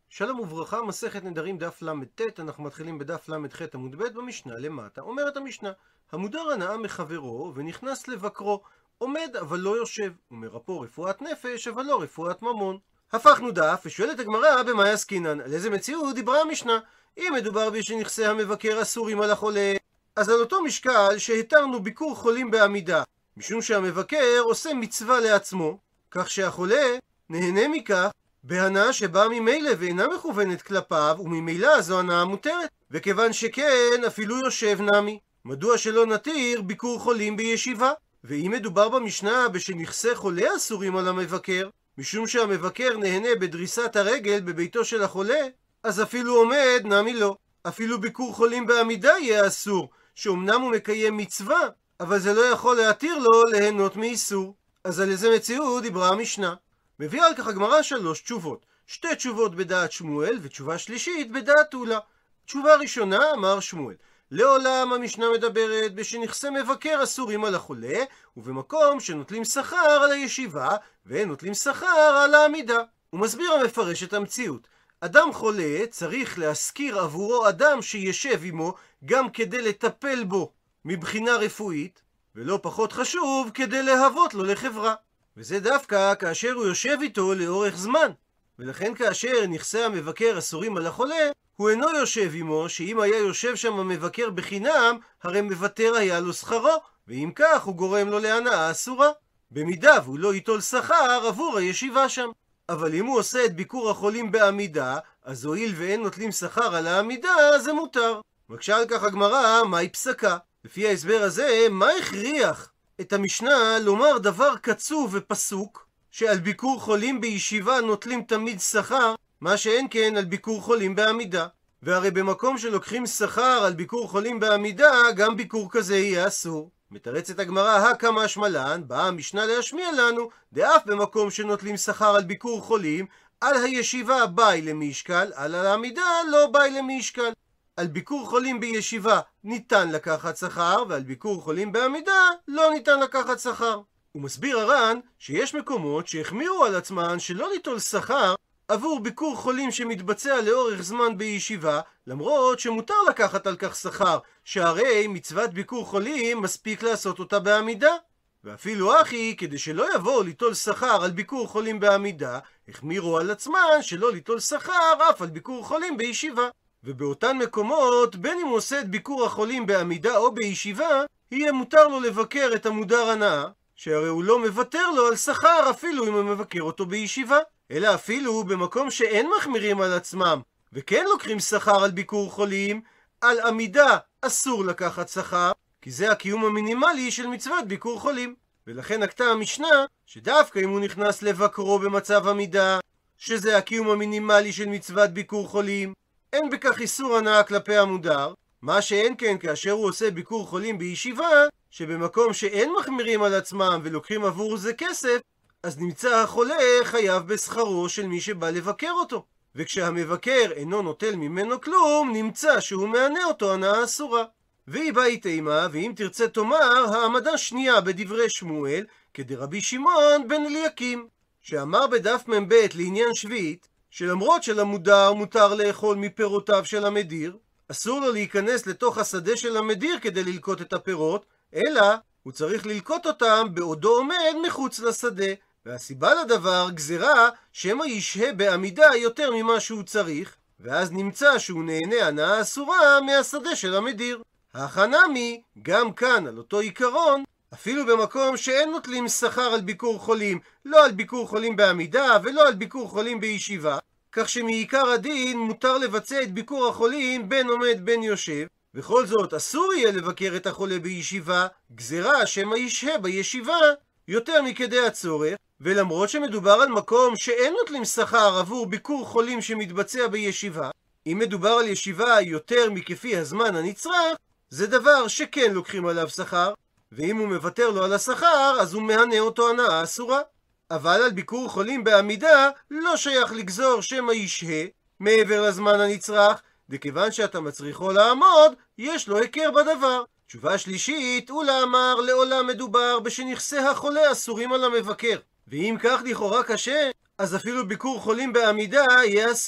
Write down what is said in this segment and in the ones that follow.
שלום וברכה, מסכת נדרים דף ל"ט, אנחנו מתחילים בדף ל"ח עמוד ב' במשנה למטה. אומרת המשנה, המודר הנאה מחברו ונכנס לבקרו, עומד אבל לא יושב, ומרפאו רפואת נפש אבל לא רפואת ממון. הפכנו דף ושואלת הגמרא במה עסקינן, על איזה מציאות דיברה המשנה? אם מדובר בשנכסי המבקר אסורים על החולה, אז על אותו משקל שהתרנו ביקור חולים בעמידה, משום שהמבקר עושה מצווה לעצמו, כך שהחולה נהנה מכך בהנאה שבאה ממילא ואינה מכוונת כלפיו, וממילא זו הנאה מותרת, וכיוון שכן אפילו יושב נמי. מדוע שלא נתיר ביקור חולים בישיבה? ואם מדובר במשנה בשנכסי חולה אסורים על המבקר, משום שהמבקר נהנה בדריסת הרגל בביתו של החולה, אז אפילו עומד נמי לא. אפילו ביקור חולים בעמידה יהיה אסור, שאומנם הוא מקיים מצווה, אבל זה לא יכול להתיר לו ליהנות מאיסור. אז על איזה מציאות דיברה המשנה? מביאה על כך הגמרא 3 תשובות. 2 תשובות בדעת שמואל ותשובה שלישית בדעת אולה. תשובה ראשונה אמר שמואל, לעולם המשנה מדברת בשנכסי מבקר אסורים על החולה, ובמקום שנוטלים שכר על הישיבה ונוטלים שכר על העמידה. הוא מסביר המפרש את המציאות. אדם חולה צריך להשכיר עבורו אדם שישב עמו גם כדי לטפל בו מבחינה רפואית, ולא פחות חשוב כדי להוות לו לחברה. וזה דווקא כאשר הוא יושב איתו לאורך זמן. ולכן כאשר נכסי המבקר אסורים על החולה, הוא אינו יושב עמו, שאם היה יושב שם המבקר בחינם, הרי מוותר היה לו שכרו, ואם כך הוא גורם לו להנאה אסורה. במידה והוא לא ייטול שכר עבור הישיבה שם. אבל אם הוא עושה את ביקור החולים בעמידה, אז הואיל ואין נוטלים שכר על העמידה, זה מותר. מקשה על כך הגמרא, מהי פסקה? לפי ההסבר הזה, מה הכריח את המשנה לומר דבר קצוב ופסוק, שעל ביקור חולים בישיבה נוטלים תמיד שכר, מה שאין כן על ביקור חולים בעמידה? והרי במקום שלוקחים שכר על ביקור חולים בעמידה, גם ביקור כזה יהיה אסור. מתרצת הגמרא הקא שמלן, באה המשנה להשמיע לנו, דאף במקום שנוטלים שכר על ביקור חולים, על הישיבה באי למשקל, על העמידה לא באי למשקל. על ביקור חולים בישיבה ניתן לקחת שכר, ועל ביקור חולים בעמידה לא ניתן לקחת שכר. הוא מסביר הר"ן שיש מקומות שהחמירו על עצמן שלא ליטול שכר עבור ביקור חולים שמתבצע לאורך זמן בישיבה, למרות שמותר לקחת על כך שכר, שהרי מצוות ביקור חולים מספיק לעשות אותה בעמידה. ואפילו אחי, כדי שלא יבואו ליטול שכר על ביקור חולים בעמידה, החמירו על עצמן שלא ליטול שכר אף על ביקור חולים בישיבה. ובאותן מקומות, בין אם הוא עושה את ביקור החולים בעמידה או בישיבה, יהיה מותר לו לבקר את המודר הנאה, שהרי הוא לא מוותר לו על שכר אפילו אם הוא מבקר אותו בישיבה. אלא אפילו במקום שאין מחמירים על עצמם, וכן לוקחים שכר על ביקור חולים, על עמידה אסור לקחת שכר, כי זה הקיום המינימלי של מצוות ביקור חולים. ולכן נקטה המשנה, שדווקא אם הוא נכנס לבקרו במצב עמידה, שזה הקיום המינימלי של מצוות ביקור חולים, אין בכך איסור הנאה כלפי המודר, מה שאין כן כאשר הוא עושה ביקור חולים בישיבה, שבמקום שאין מחמירים על עצמם ולוקחים עבור זה כסף, אז נמצא החולה חייב בשכרו של מי שבא לבקר אותו. וכשהמבקר אינו נוטל ממנו כלום, נמצא שהוא מענה אותו הנאה אסורה. והיא באי תימה, ואם תרצה תאמר, העמדה שנייה בדברי שמואל, כדרבי שמעון בן אליקים, שאמר בדף מ"ב לעניין שביעית, שלמרות שלמודר מותר לאכול מפירותיו של המדיר, אסור לו להיכנס לתוך השדה של המדיר כדי ללקוט את הפירות, אלא הוא צריך ללקוט אותם בעודו עומד מחוץ לשדה. והסיבה לדבר גזירה שמא ישהה בעמידה יותר ממה שהוא צריך, ואז נמצא שהוא נהנה הנאה אסורה מהשדה של המדיר. החנמי, גם כאן על אותו עיקרון, אפילו במקום שאין נוטלים שכר על ביקור חולים, לא על ביקור חולים בעמידה ולא על ביקור חולים בישיבה, כך שמעיקר הדין מותר לבצע את ביקור החולים בין עומד בין יושב, בכל זאת אסור יהיה לבקר את החולה בישיבה, גזירה שמא ישהה בישיבה יותר מכדי הצורך. ולמרות שמדובר על מקום שאין נוטלים שכר עבור ביקור חולים שמתבצע בישיבה, אם מדובר על ישיבה יותר מכפי הזמן הנצרך, זה דבר שכן לוקחים עליו שכר, ואם הוא מוותר לו על השכר, אז הוא מהנה אותו הנאה אסורה. אבל על ביקור חולים בעמידה לא שייך לגזור שמא ישהה מעבר לזמן הנצרך, וכיוון שאתה מצריכו לעמוד, יש לו הכר בדבר. תשובה שלישית, אולה אמר, לעולם מדובר בשנכסי החולה אסורים על המבקר. ואם כך לכאורה קשה, אז אפילו ביקור חולים בעמידה יהיה אסור.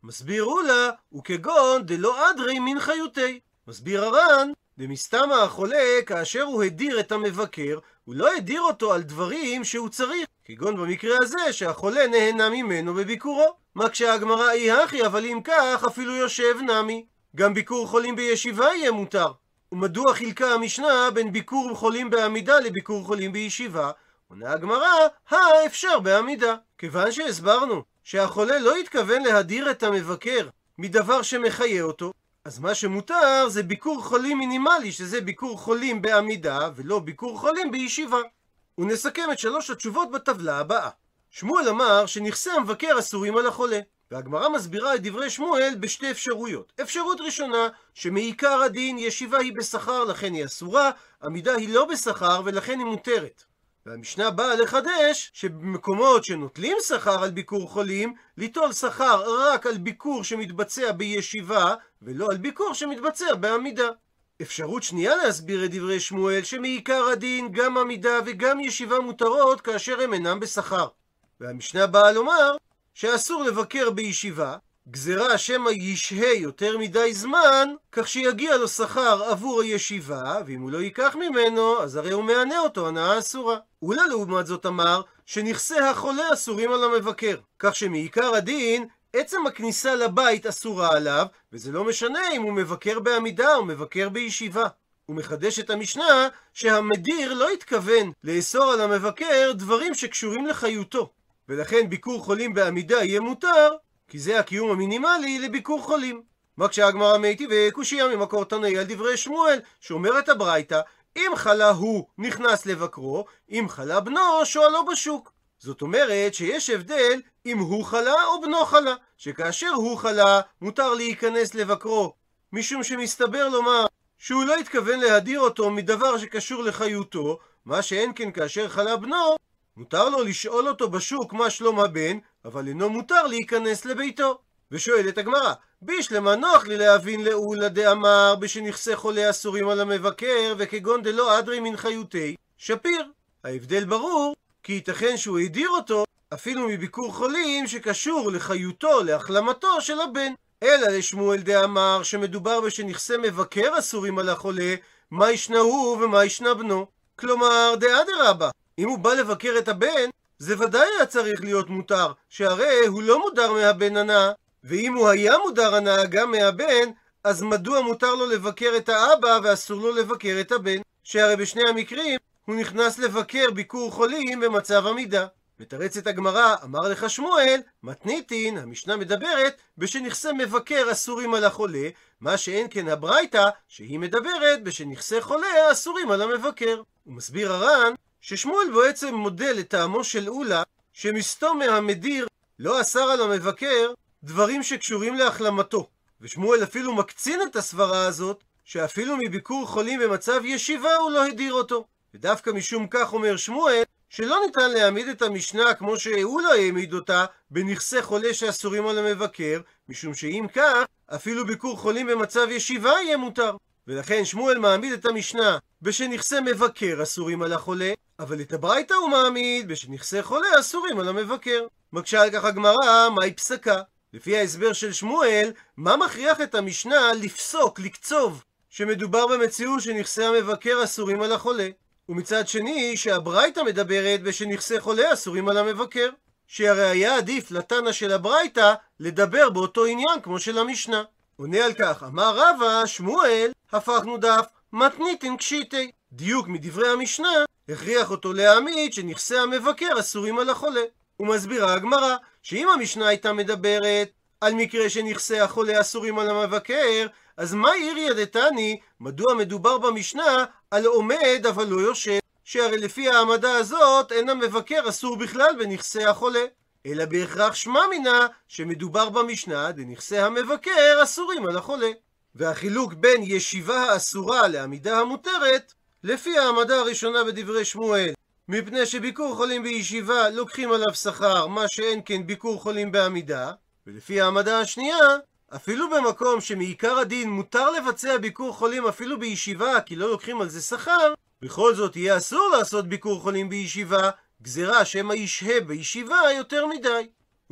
מסביר אולה, וכגון דלא אדרי מן חיותי. מסביר הר"ן, דמסתמא החולה, כאשר הוא הדיר את המבקר, הוא לא הדיר אותו על דברים שהוא צריך, כגון במקרה הזה שהחולה נהנה ממנו בביקורו. מה כשהגמרא אי הכי, אבל אם כך אפילו יושב נמי. גם ביקור חולים בישיבה יהיה מותר. ומדוע חילקה המשנה בין ביקור חולים בעמידה לביקור חולים בישיבה? עונה הגמרא, אפשר בעמידה. כיוון שהסברנו שהחולה לא התכוון להדיר את המבקר מדבר שמחיה אותו, אז מה שמותר זה ביקור חולים מינימלי, שזה ביקור חולים בעמידה ולא ביקור חולים בישיבה. ונסכם את 3 התשובות בטבלה הבאה. שמואל אמר שנכסי המבקר אסורים על החולה, והגמרא מסבירה את דברי שמואל בשתי אפשרויות. אפשרות ראשונה, שמעיקר הדין ישיבה היא בשכר לכן היא אסורה, עמידה היא לא בשכר ולכן היא מותרת. והמשנה באה לחדש שבמקומות שנוטלים שכר על ביקור חולים, ליטול שכר רק על ביקור שמתבצע בישיבה ולא על ביקור שמתבצע בעמידה. אפשרות שנייה להסביר את דברי שמואל שמעיקר הדין גם עמידה וגם ישיבה מותרות כאשר הם אינם בשכר. והמשנה באה לומר שאסור לבקר בישיבה, גזרה שמא ישהה יותר מדי זמן, כך שיגיע לו שכר עבור הישיבה, ואם הוא לא ייקח ממנו, אז הרי הוא מענה אותו הנאה אסורה. אולה לעומת זאת אמר שנכסי החולה אסורים על המבקר, כך שמעיקר הדין עצם הכניסה לבית אסורה עליו, וזה לא משנה אם הוא מבקר בעמידה או מבקר בישיבה. הוא מחדש את המשנה שהמדיר לא התכוון לאסור על המבקר דברים שקשורים לחיותו, ולכן ביקור חולים בעמידה יהיה מותר, כי זה הקיום המינימלי לביקור חולים. מה כשהגמרא מייתי וקושיה ממקור תנאי על דברי שמואל, שאומרת הברייתא, אם חלה הוא נכנס לבקרו, אם חלה בנו שואלו בשוק. זאת אומרת שיש הבדל אם הוא חלה או בנו חלה, שכאשר הוא חלה מותר להיכנס לבקרו, משום שמסתבר לומר שהוא לא התכוון להדיר אותו מדבר שקשור לחיותו, מה שאין כן כאשר חלה בנו, מותר לו לשאול אותו בשוק מה שלום הבן, אבל אינו מותר להיכנס לביתו. ושואלת הגמרא, בישלמה נוח לי להבין לאולה דאמר בשנכסי חולה אסורים על המבקר וכגון דלא אדרי מן חיותי שפיר. ההבדל ברור, כי ייתכן שהוא הדיר אותו אפילו מביקור חולים שקשור לחיותו, להחלמתו של הבן. אלא לשמואל דאמר שמדובר בשנכסי מבקר אסורים על החולה, מה ישנה הוא ומה ישנה בנו. כלומר דאדרבא, אם הוא בא לבקר את הבן, זה ודאי היה צריך להיות מותר, שהרי הוא לא מודר מהבן הנאה, ואם הוא היה מודר הנאה גם מהבן, אז מדוע מותר לו לבקר את האבא ואסור לו לבקר את הבן? שהרי בשני המקרים הוא נכנס לבקר ביקור חולים במצב עמידה. מתרצת הגמרא, אמר לך שמואל, מתניתין, המשנה מדברת בשנכסי מבקר אסורים על החולה, מה שאין כן הברייתא, שהיא מדברת בשנכסי חולה אסורים על המבקר. הוא מסביר הר"ן, ששמואל בעצם מודל לטעמו של אולה, שמסתום מהמדיר לא אסר על המבקר דברים שקשורים להחלמתו. ושמואל אפילו מקצין את הסברה הזאת, שאפילו מביקור חולים במצב ישיבה הוא לא הדיר אותו. ודווקא משום כך אומר שמואל, שלא ניתן להעמיד את המשנה כמו שאולה העמיד אותה, בנכסי חולה שאסורים על המבקר, משום שאם כך, אפילו ביקור חולים במצב ישיבה יהיה מותר. ולכן שמואל מעמיד את המשנה בשנכסי מבקר אסורים על החולה, אבל את הברייתא הוא מעמיד בשנכסי חולה אסורים על המבקר. מקשה על כך הגמרא, מהי פסקה? לפי ההסבר של שמואל, מה מכריח את המשנה לפסוק, לקצוב, שמדובר במציאות שנכסי המבקר אסורים על החולה? ומצד שני, שהברייתא מדברת בשנכסי חולה אסורים על המבקר, שהרי היה עדיף לתנא של הברייתא לדבר באותו עניין כמו של המשנה. עונה על כך, אמר רבא, שמואל, הפכנו דף, מתניתין קשיטי. דיוק מדברי המשנה, הכריח אותו להעמיד שנכסי המבקר אסורים על החולה. ומסבירה הגמרא, שאם המשנה הייתה מדברת על מקרה שנכסי החולה אסורים על המבקר, אז מה עיריא דתני, מדוע מדובר במשנה על עומד אבל לא יושב, שהרי לפי העמדה הזאת אין המבקר אסור בכלל בנכסי החולה, אלא בהכרח שמע מינה שמדובר במשנה דנכסי המבקר אסורים על החולה. והחילוק בין ישיבה האסורה לעמידה המותרת, לפי העמדה הראשונה בדברי שמואל, מפני שביקור חולים בישיבה לוקחים עליו שכר, מה שאין כן ביקור חולים בעמידה, ולפי העמדה השנייה, אפילו במקום שמעיקר הדין מותר לבצע ביקור חולים אפילו בישיבה כי לא לוקחים על זה שכר, בכל זאת יהיה אסור לעשות ביקור חולים בישיבה, גזרה שמא ישהה בישיבה יותר מדי.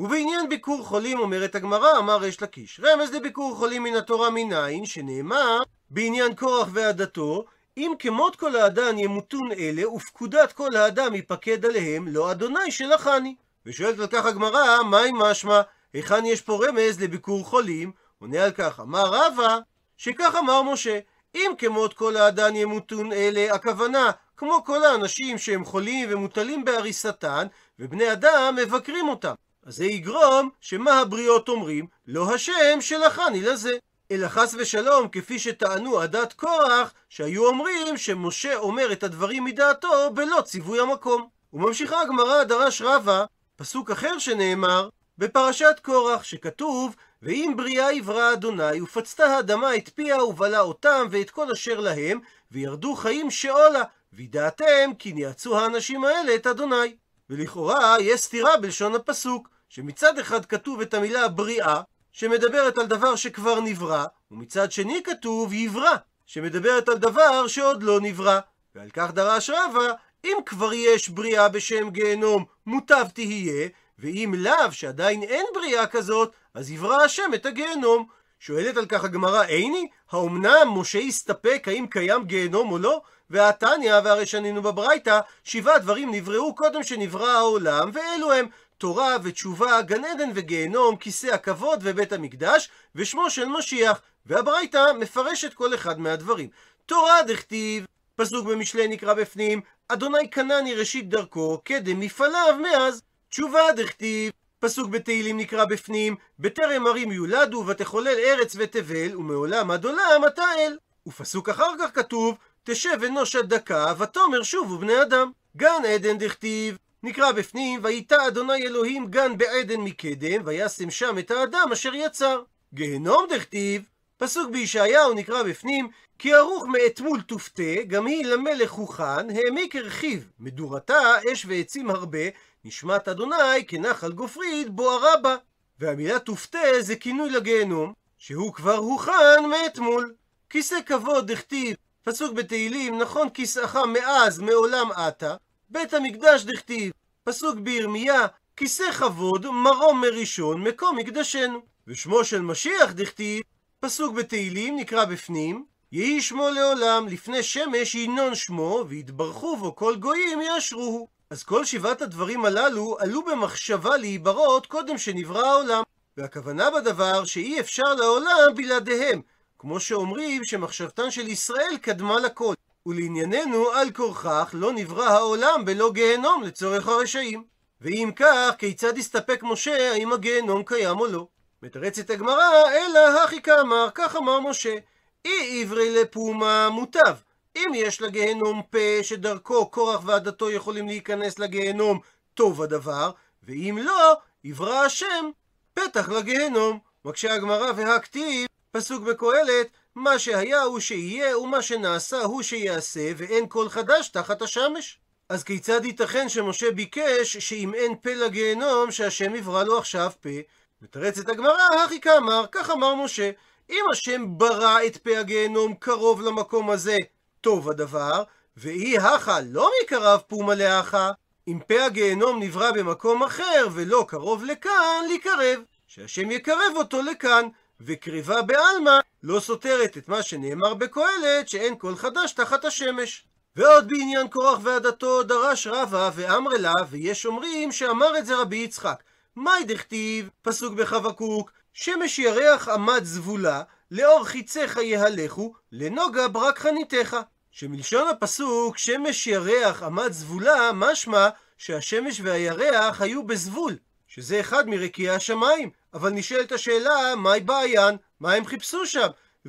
ובעניין ביקור חולים אומרת הגמרא, אמר ריש לקיש, רמז לביקור חולים מן התורה מניין, שנאמר בעניין קורח ועדתו, אם כמות כל האדם ימותון אלה, ופקודת כל האדם ייפקד עליהם, לא אדוני שלחני. ושואלת על כך הגמרא, מהי משמע? היכן יש פה רמז לביקור חולים? עונה על כך, אמר רבא, שכך אמר משה, אם כמות כל האדם ימותון אלה, הכוונה, כמו כל האנשים שהם חולים ומוטלים בהריסתן, ובני אדם מבקרים אותם. אז זה יגרום שמה הבריות אומרים? לא השם שלחני לזה. אלא חס ושלום, כפי שטענו עדת קורח, שהיו אומרים שמשה אומר את הדברים מדעתו בלא ציווי המקום. וממשיכה הגמרא, דרש רבא, פסוק אחר שנאמר בפרשת קורח, שכתוב, ואם בריאה יברא אדוני, ופצתה האדמה את פיה ובלעה אותם ואת כל אשר להם, וירדו חיים שאולה, וידעתם כי ניאצו האנשים האלה את אדוני. ולכאורה יש סתירה בלשון הפסוק, שמצד אחד כתוב את המילה בריאה, שמדברת על דבר שכבר נברא, ומצד שני כתוב יברא, שמדברת על דבר שעוד לא נברא. ועל כך דרש רבא, אם כבר יש בריאה בשם גיהנום, מוטב תהיה, ואם לאו שעדיין אין בריאה כזאת, אז יברא השם את הגיהנום. שואלת על כך הגמרא, איני? האומנם משה הסתפק האם קיים גיהנום או לא? והתניא, והרי שנינו בברייתא, 7 דברים נבראו קודם שנברא העולם, ואלו הם תורה ותשובה, גן עדן וגיהנום, כיסא הכבוד ובית המקדש, ושמו של משיח. והברייתא מפרשת כל אחד מהדברים. תורה דכתיב, פסוק במשלי נקרא בפנים, אדוני קנני ראשית דרכו, קדם מפעליו מאז. תשובה דכתיב, פסוק בתהילים נקרא בפנים, בטרם ערים יולדו ותחולל ארץ ותבל, ומעולם עד עולם אתה אל. ופסוק אחר כך כתוב, תשב אנוש עד דקה, ותאמר שובו בני אדם. גן עדן דכתיב, נקרא בפנים, ויטע אדוני אלוהים גן בעדן מקדם, וישם שם את האדם אשר יצר. גיהנום דכתיב, פסוק בישעיהו נקרא בפנים, כי ערוך מאתמול תופתה, גם היא למלך הוכן, העמיק הרחיב, מדורתה אש ועצים הרבה, נשמת אדוני כנחל גופרית בוערה בה. והמילה תופתה זה כינוי לגיהנום, שהוא כבר הוכן מאתמול. כיסא כבוד דכתיב, פסוק בתהילים, נכון כיסאך מאז מעולם אתה. בית המקדש דכתיב, פסוק בירמיה, כיסא כבוד מרום מראשון מקום מקדשנו. ושמו של משיח דכתיב, פסוק בתהילים נקרא בפנים, יהי שמו לעולם, לפני שמש ינון שמו, ויתברכו בו כל גויים יאשרוהו. אז כל 7 הדברים הללו עלו במחשבה להיברות קודם שנברא העולם, והכוונה בדבר שאי אפשר לעולם בלעדיהם, כמו שאומרים שמחשבתן של ישראל קדמה לכל. ולענייננו, על כורכך לא נברא העולם בלא גיהנום לצורך הרשעים. ואם כך, כיצד הסתפק משה האם הגיהנום קיים או לא? מתרצת הגמרא, אלא הכי כאמר, כך אמר משה, אי עברי לפומה מוטב. אם יש לגיהנום פה שדרכו קורח ועדתו יכולים להיכנס לגיהנום, טוב הדבר, ואם לא, יברא השם פתח לגיהנום. מקשה הגמרא והכתיב, פסוק בקהלת, מה שהיה הוא שיהיה ומה שנעשה הוא שיעשה, ואין כל חדש תחת השמש. אז כיצד ייתכן שמשה ביקש שאם אין פה לגיהנום שהשם יברא לו עכשיו פה? מתרצת הגמרא, הכי כאמר, כך אמר משה, אם השם ברא את פה הגיהנום קרוב למקום הזה, טוב הדבר, ואי הכה לא מקרב פומה לאחה, אם פה הגיהנום נברא במקום אחר ולא קרוב לכאן, לקרב, שהשם יקרב אותו לכאן, וקריבה בעלמא לא סותרת את מה שנאמר בקהלת שאין כל חדש תחת השמש. ועוד בעניין קורח ועדתו דרש רבא ואמר לה, ויש אומרים שאמר את זה רבי יצחק. מאי דכתיב, פסוק בחבקוק, שמש ירח עמד זבולה, לאור חיציך יהלכו, לנוגה ברק חניתך. שמלשון הפסוק שמש ירח עמד זבולה, משמע שהשמש והירח היו בזבול, שזה אחד מרקיעי השמיים. אבל נשאלת השאלה, מהי בעיין? מה הם חיפשו שם?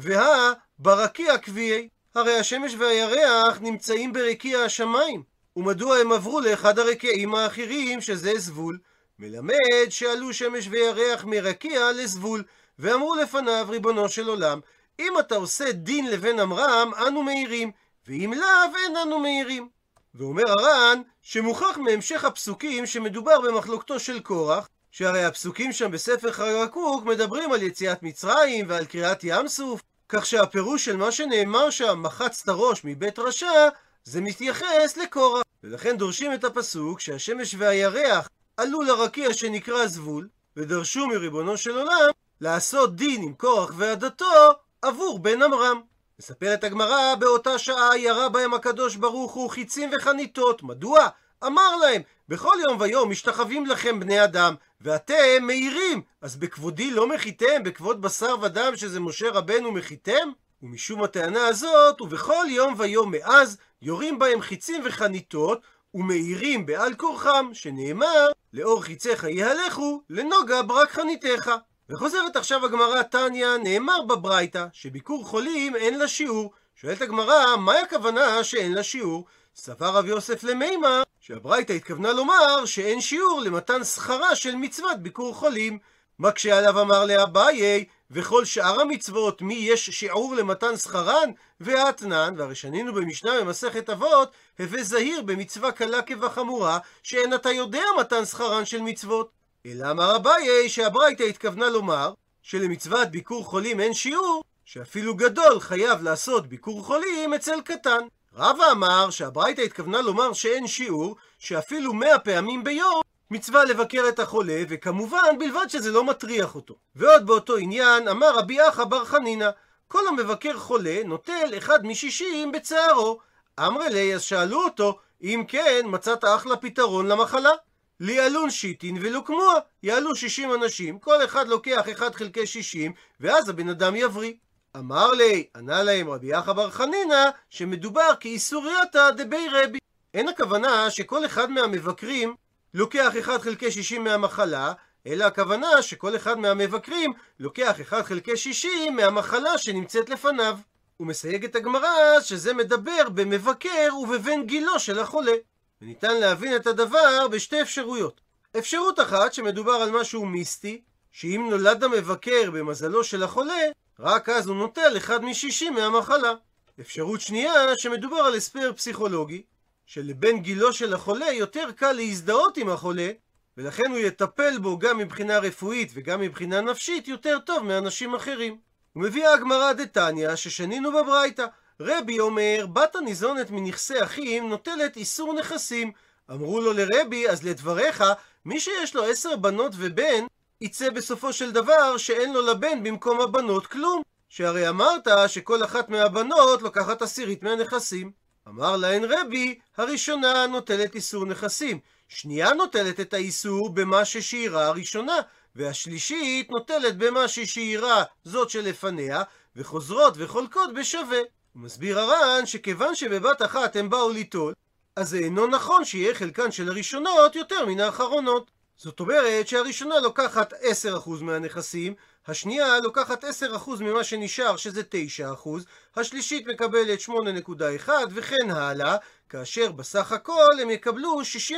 ברקיע קביעי. הרי השמש והירח נמצאים ברקיע השמיים. ומדוע הם עברו לאחד הרקיעים האחרים שזה זבול? מלמד שעלו שמש וירח מרקיע לזבול, ואמרו לפניו ריבונו של עולם, אם אתה עושה דין לבן אמרם, אנו מהירים, ואם לאו אין אנו מהירים. ואומר הר"ן שמוכח מהמשך הפסוקים שמדובר במחלוקתו של קורח, שהרי הפסוקים שם בספר חבקוק מדברים על יציאת מצרים ועל קריעת ים סוף, כך שהפירוש של מה שנאמר שם, מחצת ראש מבית רשע, זה מתייחס לקורח. ולכן דורשים את הפסוק שהשמש והירח עלו לרקיע שנקרא זבול, ודרשו מריבונו של עולם לעשות דין עם קורח ועדתו עבור בן עמרם. מספרת הגמרא, באותה שעה ירה בהם הקדוש ברוך הוא חיצים וחניתות. מדוע? אמר להם, בכל יום ויום משתחווים לכם בני אדם, ואתם מאירים, אז בכבודי לא מחיתם, בכבוד בשר ודם שזה משה רבנו מחיתם? ומשום הטענה הזאת, ובכל יום ויום מאז, יורים בהם חיצים וחניתות, ומאירים בעל כורחם, שנאמר, לאור חיציך יהלכו, לנוגה ברק חניתך. וחוזרת עכשיו הגמרא תניא, נאמר בברייתא, שביקור חולים אין לה שיעור. שואלת הגמרא, מהי הכוונה שאין לה שיעור? סבר רב יוסף למימר, שהברייתא התכוונה לומר שאין שיעור למתן שכרה של מצוות ביקור חולים. מקשה עליו אמר לאביי, וכל שאר המצוות מי יש שיעור למתן שכרן? ואתנן, והרי שנינו במשנה במסכת אבות, הווה זהיר במצווה קלה כבחמורה, שאין אתה יודע מתן שכרן של מצוות. אלא אמר אביי שהברייתא התכוונה לומר שלמצוות ביקור חולים אין שיעור, שאפילו גדול חייב לעשות ביקור חולים אצל קטן. רבא אמר שהברייתא התכוונה לומר שאין שיעור, שאפילו 100 פעמים ביום מצווה לבקר את החולה, וכמובן בלבד שזה לא מטריח אותו. ועוד באותו עניין אמר רבי אחא בר חנינא, כל המבקר חולה נוטל 1 מ-60 בצערו. אמרי לי, אז שאלו אותו, אם כן מצאת אחלה פתרון למחלה? לי אלון שיטין ולו כמוה, יעלו 60 אנשים, כל אחד לוקח 1 חלקי 60, ואז הבן אדם יבריא. אמר לי, ענה להם רבי אחא בר חנינא, שמדובר כאיסורייתא דבי רבי. אין הכוונה שכל אחד מהמבקרים לוקח 1 חלקי 60 מהמחלה, אלא הכוונה שכל אחד מהמבקרים לוקח 1 חלקי 60 מהמחלה שנמצאת לפניו. הוא מסייג את הגמרא שזה מדבר במבקר ובבן גילו של החולה. וניתן להבין את הדבר בשתי אפשרויות. אפשרות אחת שמדובר על משהו מיסטי, שאם נולד המבקר במזלו של החולה, רק אז הוא נוטל 1 מ-60 מהמחלה. אפשרות שנייה שמדובר על הסבר פסיכולוגי, שלבן גילו של החולה יותר קל להזדהות עם החולה, ולכן הוא יטפל בו גם מבחינה רפואית וגם מבחינה נפשית יותר טוב מאנשים אחרים. הוא מביא הגמרא דתניא ששנינו בברייתא, רבי אומר, בת הניזונת מנכסי אחים נוטלת איסור נכסים. אמרו לו לרבי, אז לדבריך, מי שיש לו 10 בנות ובן, יצא בסופו של דבר שאין לו לבן במקום הבנות כלום, שהרי אמרת שכל אחת מהבנות לוקחת 10 מהנכסים. אמר להן רבי, הראשונה נוטלת איסור נכסים, שנייה נוטלת את האיסור במה ששאירה הראשונה, והשלישית נוטלת במה ששאירה זאת שלפניה, וחוזרות וחולקות בשווה. הוא מסביר הר"ן שכיוון שבבת אחת הם באו ליטול, אז זה אינו נכון שיהיה חלקן של הראשונות יותר מן האחרונות. זאת אומרת שהראשונה לוקחת 10% מהנכסים, השנייה לוקחת 10% ממה שנשאר שזה 9%, השלישית מקבלת 8.1 וכן הלאה, כאשר בסך הכל הם יקבלו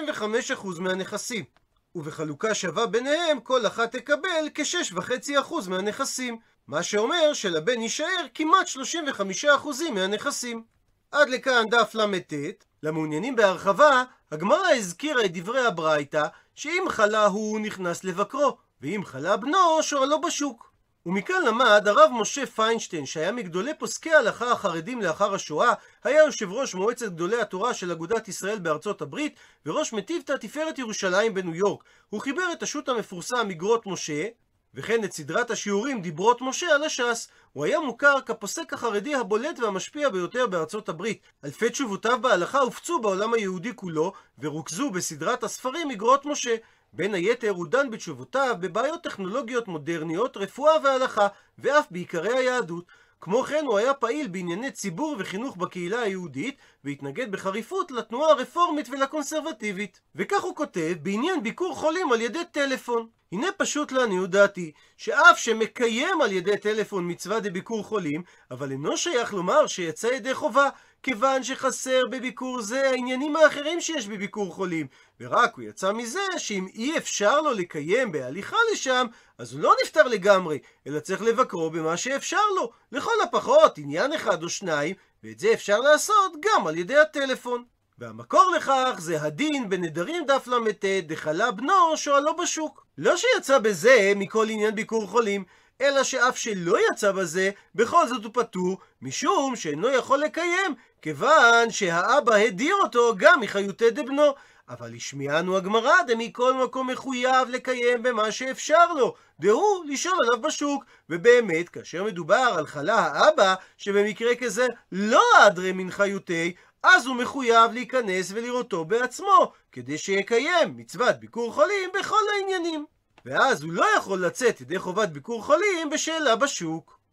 65% מהנכסים. ובחלוקה שווה ביניהם כל אחת תקבל כ6.5% מהנכסים, מה שאומר שלבן יישאר כמעט 35% מהנכסים. עד לכאן דף ל"ט. למעוניינים בהרחבה, הגמרא הזכירה את דברי הברייתא שאם חלה הוא נכנס לבקרו, ואם חלה בנו שואלו בשוק. ומכאן למד הרב משה פיינשטיין, שהיה מגדולי פוסקי ההלכה החרדים לאחר השואה, היה יושב ראש מועצת גדולי התורה של אגודת ישראל בארצות הברית, וראש מטיבתא תפארת ירושלים בניו יורק. הוא חיבר את השו"ת המפורסם מגרות משה, וכן את סדרת השיעורים דיברות משה על הש"ס. הוא היה מוכר כפוסק החרדי הבולט והמשפיע ביותר בארצות הברית. אלפי תשובותיו בהלכה הופצו בעולם היהודי כולו, ורוכזו בסדרת הספרים מגרות משה. בין היתר הוא דן בתשובותיו בבעיות טכנולוגיות מודרניות, רפואה והלכה, ואף בעיקרי היהדות. כמו כן הוא היה פעיל בענייני ציבור וחינוך בקהילה היהודית, והתנגד בחריפות לתנועה הרפורמית ולקונסרבטיבית. וכך הוא כותב בעניין ביקור חולים על ידי טלפון. הנה פשוט לעניות דעתי, שאף שמקיים על ידי טלפון מצווה דביקור חולים, אבל אינו שייך לומר שיצא ידי חובה, כיוון שחסר בביקור זה העניינים האחרים שיש בביקור חולים, ורק הוא יצא מזה שאם אי אפשר לו לקיים בהליכה לשם, אז הוא לא נפטר לגמרי, אלא צריך לבקרו במה שאפשר לו, לכל הפחות עניין אחד או שניים, ואת זה אפשר לעשות גם על ידי הטלפון. והמקור לכך זה הדין בנדרים דף ל"ט, דחלה בנו שואלו בשוק. לא שיצא בזה מכל עניין ביקור חולים, אלא שאף שלא יצא בזה, בכל זאת הוא פטור, משום שאינו יכול לקיים, כיוון שהאבא הדיר אותו גם מחיותי דבנו. אבל השמיענו הגמרא דמכל מקום מחויב לקיים במה שאפשר לו, דהוא לשאול עליו בשוק. ובאמת, כאשר מדובר על חלה האבא, שבמקרה כזה לא אדרי מן חיותי, אז הוא מחויב להיכנס ולראותו בעצמו, כדי שיקיים מצוות ביקור חולים בכל העניינים. ואז הוא לא יכול לצאת ידי חובת ביקור חולים בשאלה בשוק.